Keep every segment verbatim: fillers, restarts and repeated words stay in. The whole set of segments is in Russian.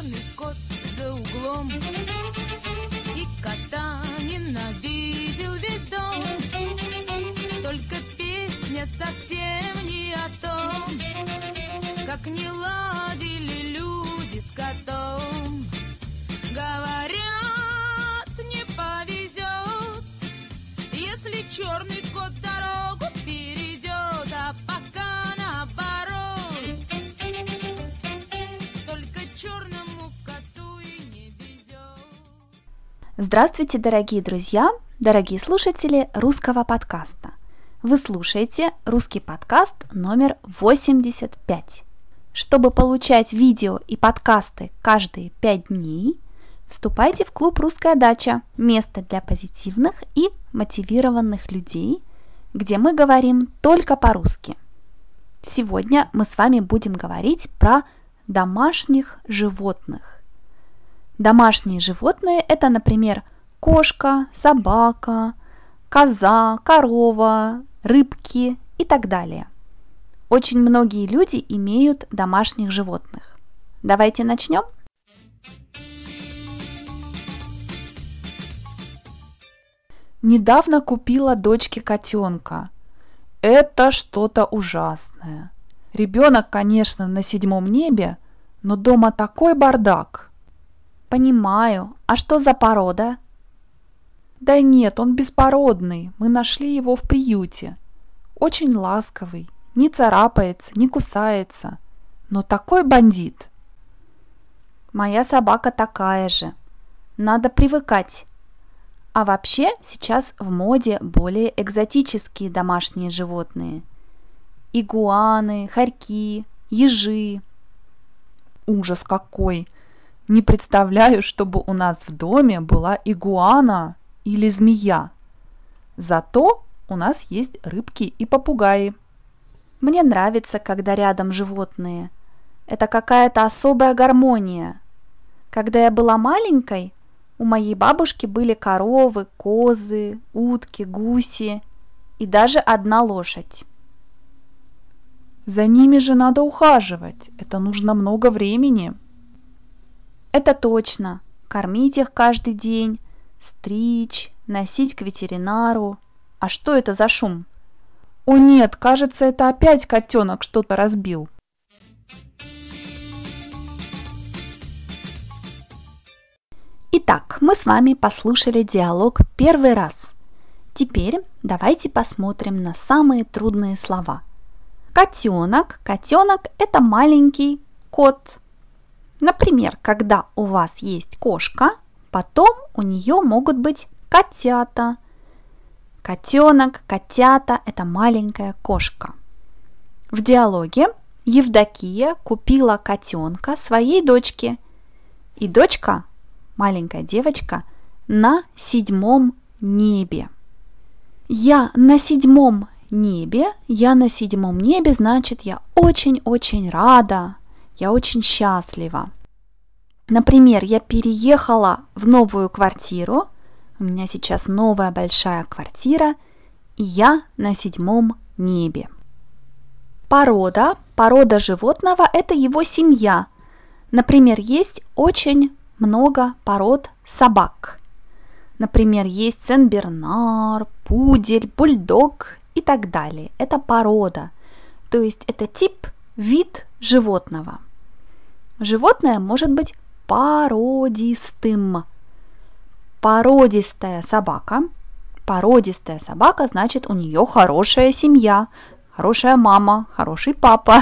черный кот за углом, и кота ненавидел весь дом. Только песня совсем не о том, как не ладили люди с котом. Говорят, не повезет, если черный кот дорогу перейдет, а пока наоборот, только черному коту и не везет. Здравствуйте, дорогие друзья, дорогие слушатели русского подкаста. Вы слушаете русский подкаст номер восемьдесят пять. Чтобы получать видео и подкасты каждые пять дней, вступайте в клуб «Русская дача» – место для позитивных и мотивированных людей, где мы говорим только по-русски. Сегодня мы с вами будем говорить про домашних животных. Домашние животные – это, например, кошка, собака, коза, корова, рыбки и так далее. Очень многие люди имеют домашних животных. Давайте начнем. Недавно купила дочке котенка. Это что-то ужасное. Ребенок, конечно, на седьмом небе, но дома такой бардак. Понимаю. А что за порода? Да нет, он беспородный. Мы нашли его в приюте. Очень ласковый, не царапается, не кусается. Но такой бандит. Моя собака такая же. Надо привыкать. А вообще сейчас в моде более экзотические домашние животные. Игуаны, хорьки, ежи. Ужас какой! Не представляю, чтобы у нас в доме была игуана или змея. Зато у нас есть рыбки и попугаи. Мне нравится, когда рядом животные. Это какая-то особая гармония. Когда я была маленькой, у моей бабушки были коровы, козы, утки, гуси и даже одна лошадь. За ними же надо ухаживать. Это нужно много времени. Это точно. Кормить их каждый день, стричь, носить к ветеринару. А что это за шум? О нет, кажется, это опять котенок что-то разбил. Итак, мы с вами послушали диалог первый раз. Теперь давайте посмотрим на самые трудные слова. Котенок. Котенок – это маленький кот. Например, когда у вас есть кошка, потом у нее могут быть котята. Котенок, котята – это маленькая кошка. В диалоге Евдокия купила котенка своей дочке. И дочка, маленькая девочка, на седьмом небе. Я на седьмом небе. Я на седьмом небе, значит, я очень-очень рада. Я очень счастлива. Например, я переехала в новую квартиру. У меня сейчас новая большая квартира, и я на седьмом небе. Порода. Порода животного – это его семья. Например, есть очень много пород собак. Например, есть сен-бернар, пудель, бульдог и так далее. Это порода. То есть это тип, вид животного. Животное может быть породистым. Породистая собака. Породистая собака, значит, у нее хорошая семья, хорошая мама, хороший папа.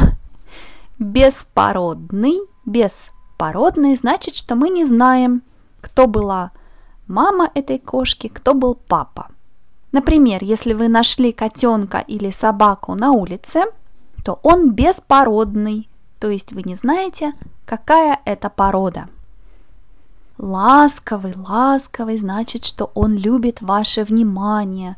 Беспородный, беспородный, значит, что мы не знаем, кто была мама этой кошки, кто был папа. Например, если вы нашли котенка или собаку на улице, то он беспородный, то есть вы не знаете, какая это порода. Ласковый, ласковый, значит, что он любит ваше внимание.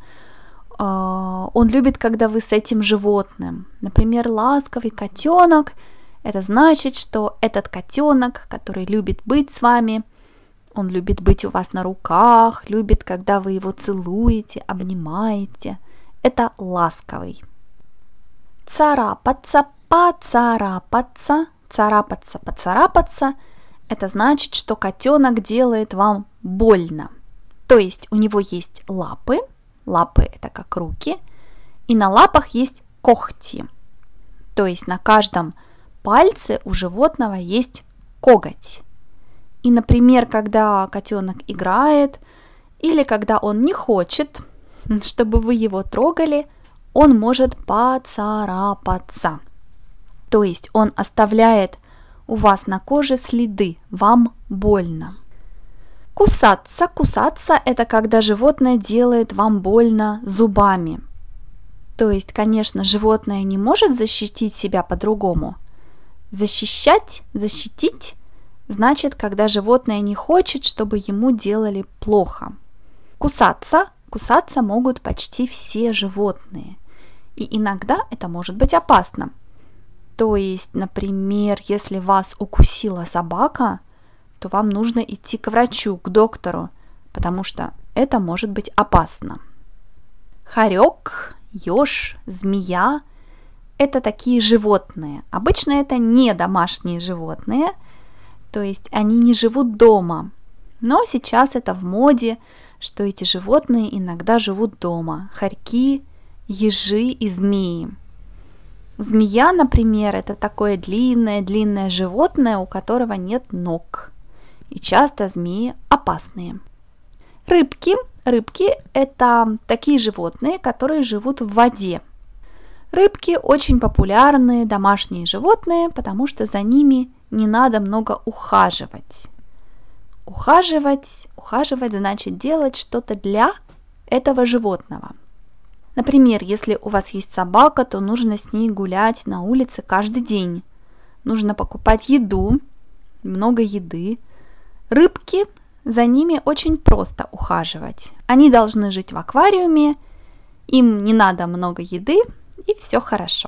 Он любит, когда вы с этим животным. Например, ласковый котенок – это значит, что этот котенок, который любит быть с вами, он любит быть у вас на руках, любит, когда вы его целуете, обнимаете. Это ласковый. Царапаться, поцарапаться, царапаться, поцарапаться – это значит, что котенок делает вам больно. То есть у него есть лапы, лапы это как руки, и на лапах есть когти. То есть на каждом пальце у животного есть коготь. И, например, когда котенок играет или когда он не хочет, чтобы вы его трогали, он может поцарапаться. То есть он оставляет у вас на коже следы, вам больно. Кусаться. Кусаться – это когда животное делает вам больно зубами. То есть, конечно, животное не может защитить себя по-другому. Защищать, защитить – значит, когда животное не хочет, чтобы ему делали плохо. Кусаться. Кусаться могут почти все животные. И иногда это может быть опасно. То есть, например, если вас укусила собака, то вам нужно идти к врачу, к доктору, потому что это может быть опасно. Хорек, еж, змея – это такие животные. Обычно это не домашние животные, то есть они не живут дома. Но сейчас это в моде, что эти животные иногда живут дома. Хорьки, ежи и змеи. Змея, например, это такое длинное-длинное животное, у которого нет ног. И часто змеи опасные. Рыбки. Рыбки – это такие животные, которые живут в воде. Рыбки очень популярные домашние животные, потому что за ними не надо много ухаживать. Ухаживать, ухаживать значит делать что-то для этого животного. Например, если у вас есть собака, то нужно с ней гулять на улице каждый день. Нужно покупать еду, много еды. Рыбки, за ними очень просто ухаживать. Они должны жить в аквариуме, им не надо много еды, и все хорошо.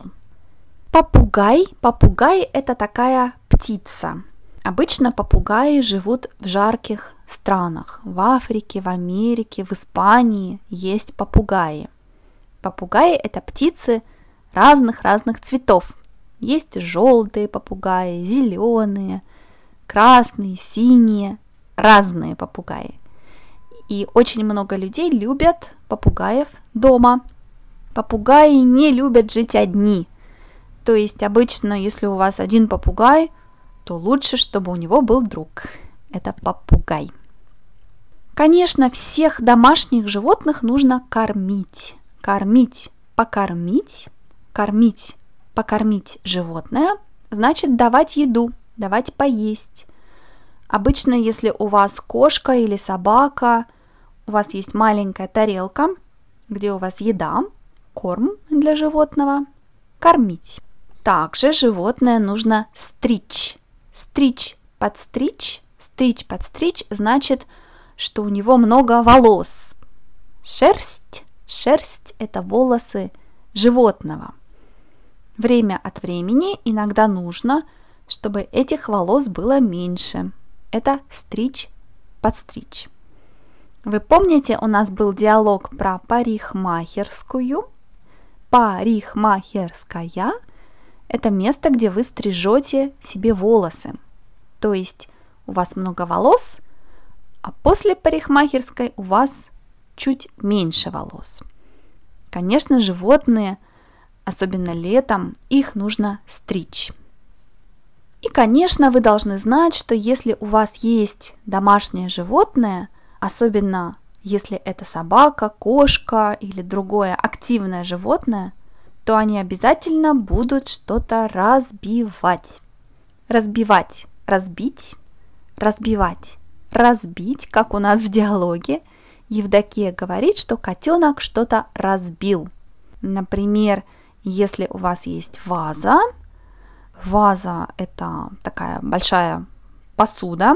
Попугай. Попугай – это такая птица. Обычно попугаи живут в жарких странах. В Африке, в Америке, в Испании есть попугаи. Попугаи – это птицы разных-разных цветов. Есть желтые попугаи, зеленые, красные, синие, разные попугаи. И очень много людей любят попугаев дома. Попугаи не любят жить одни. То есть обычно, если у вас один попугай, то лучше, чтобы у него был друг. Это попугай. Конечно, всех домашних животных нужно кормить. Кормить, покормить, кормить, покормить животное, значит давать еду, давать поесть. Обычно, если у вас кошка или собака, у вас есть маленькая тарелка, где у вас еда, корм для животного, кормить. Также животное нужно стричь. Стричь, подстричь, стричь, подстричь значит, что у него много волос. Шерсть. Шерсть – это волосы животного. Время от времени иногда нужно, чтобы этих волос было меньше. Это стричь, подстричь. Вы помните, у нас был диалог про парикмахерскую? Парикмахерская – это место, где вы стрижете себе волосы. То есть у вас много волос, а после парикмахерской у вас чуть меньше волос. Конечно, животные, особенно летом, их нужно стричь. И, конечно, вы должны знать, что если у вас есть домашнее животное, особенно если это собака, кошка или другое активное животное, то они обязательно будут что-то разбивать. Разбивать, разбить, разбивать, разбить, как у нас в диалоге. Евдокия говорит, что котенок что-то разбил. Например, если у вас есть ваза, ваза – это такая большая посуда,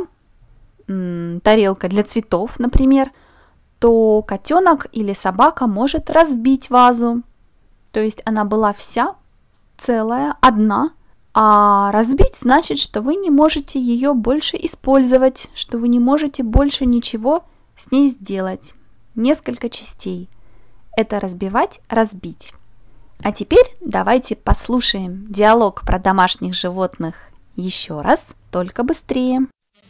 тарелка для цветов, например, то котенок или собака может разбить вазу. То есть она была вся целая, одна, а разбить значит, что вы не можете ее больше использовать, что вы не можете больше ничего с ней сделать. Несколько частей. Это разбивать, разбить. А теперь давайте послушаем диалог про домашних животных еще раз, только быстрее.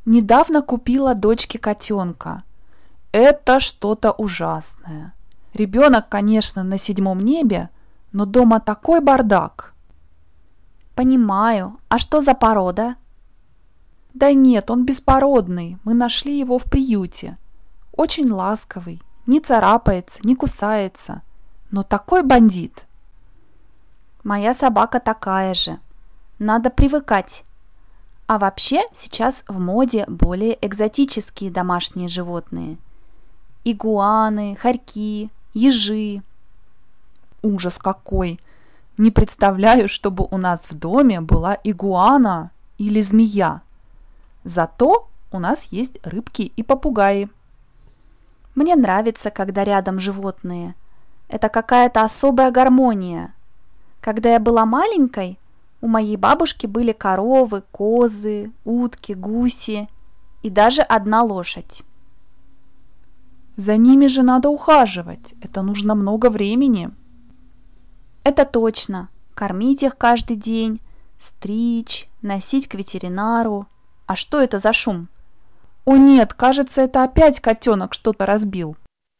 Недавно купила дочке котенка. Это что-то ужасное. Ребенок, конечно, на седьмом небе, но дома такой бардак. Понимаю. А что за порода? Да нет, он беспородный. Мы нашли его в приюте. Очень ласковый, не царапается, не кусается. Но такой бандит. Моя собака такая же. Надо привыкать. А вообще сейчас в моде более экзотические домашние животные. Игуаны, хорьки, ежи. Ужас какой! Не представляю, чтобы у нас в доме была игуана или змея. Зато у нас есть рыбки и попугаи. Мне нравится, когда рядом животные. Это какая-то особая гармония. Когда я была маленькой, у моей бабушки были коровы, козы, утки, гуси и даже одна лошадь. За ними же надо ухаживать. Это нужно много времени. Это точно. Кормить их каждый день, стричь, носить к ветеринару. А что это за шум? О нет, кажется, это опять котенок что-то разбил.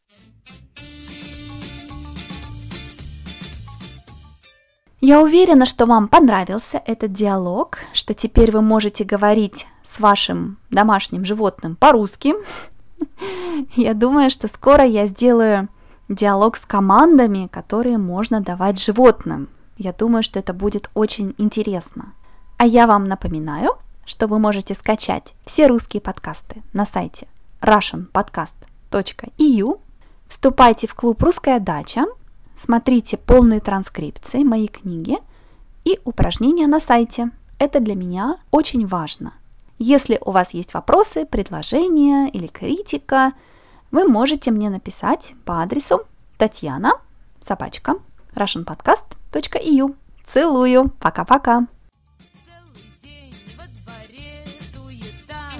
Я уверена, что вам понравился этот диалог, что теперь вы можете говорить с вашим домашним животным по-русски. Я думаю, что скоро я сделаю диалог с командами, которые можно давать животным. Я думаю, что это будет очень интересно. А я вам напоминаю, что вы можете скачать все русские подкасты на сайте russian podcast точка и ю. Вступайте в клуб «Русская дача», смотрите полные транскрипции моей книги и упражнения на сайте. Это для меня очень важно. Если у вас есть вопросы, предложения или критика, вы можете мне написать по адресу Татьяна, собачка, russian podcast точка и ю. Целую! Пока-пока! Целый день во дворе суета,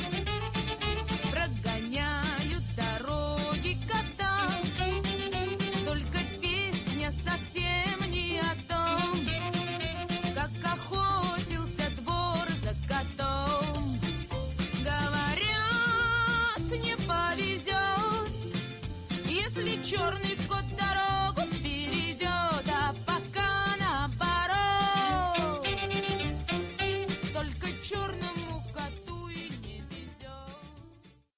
прогоняют с дороги кота. Только песня совсем не о том, как охотился двор за котом. Говорят, не повезет, если черный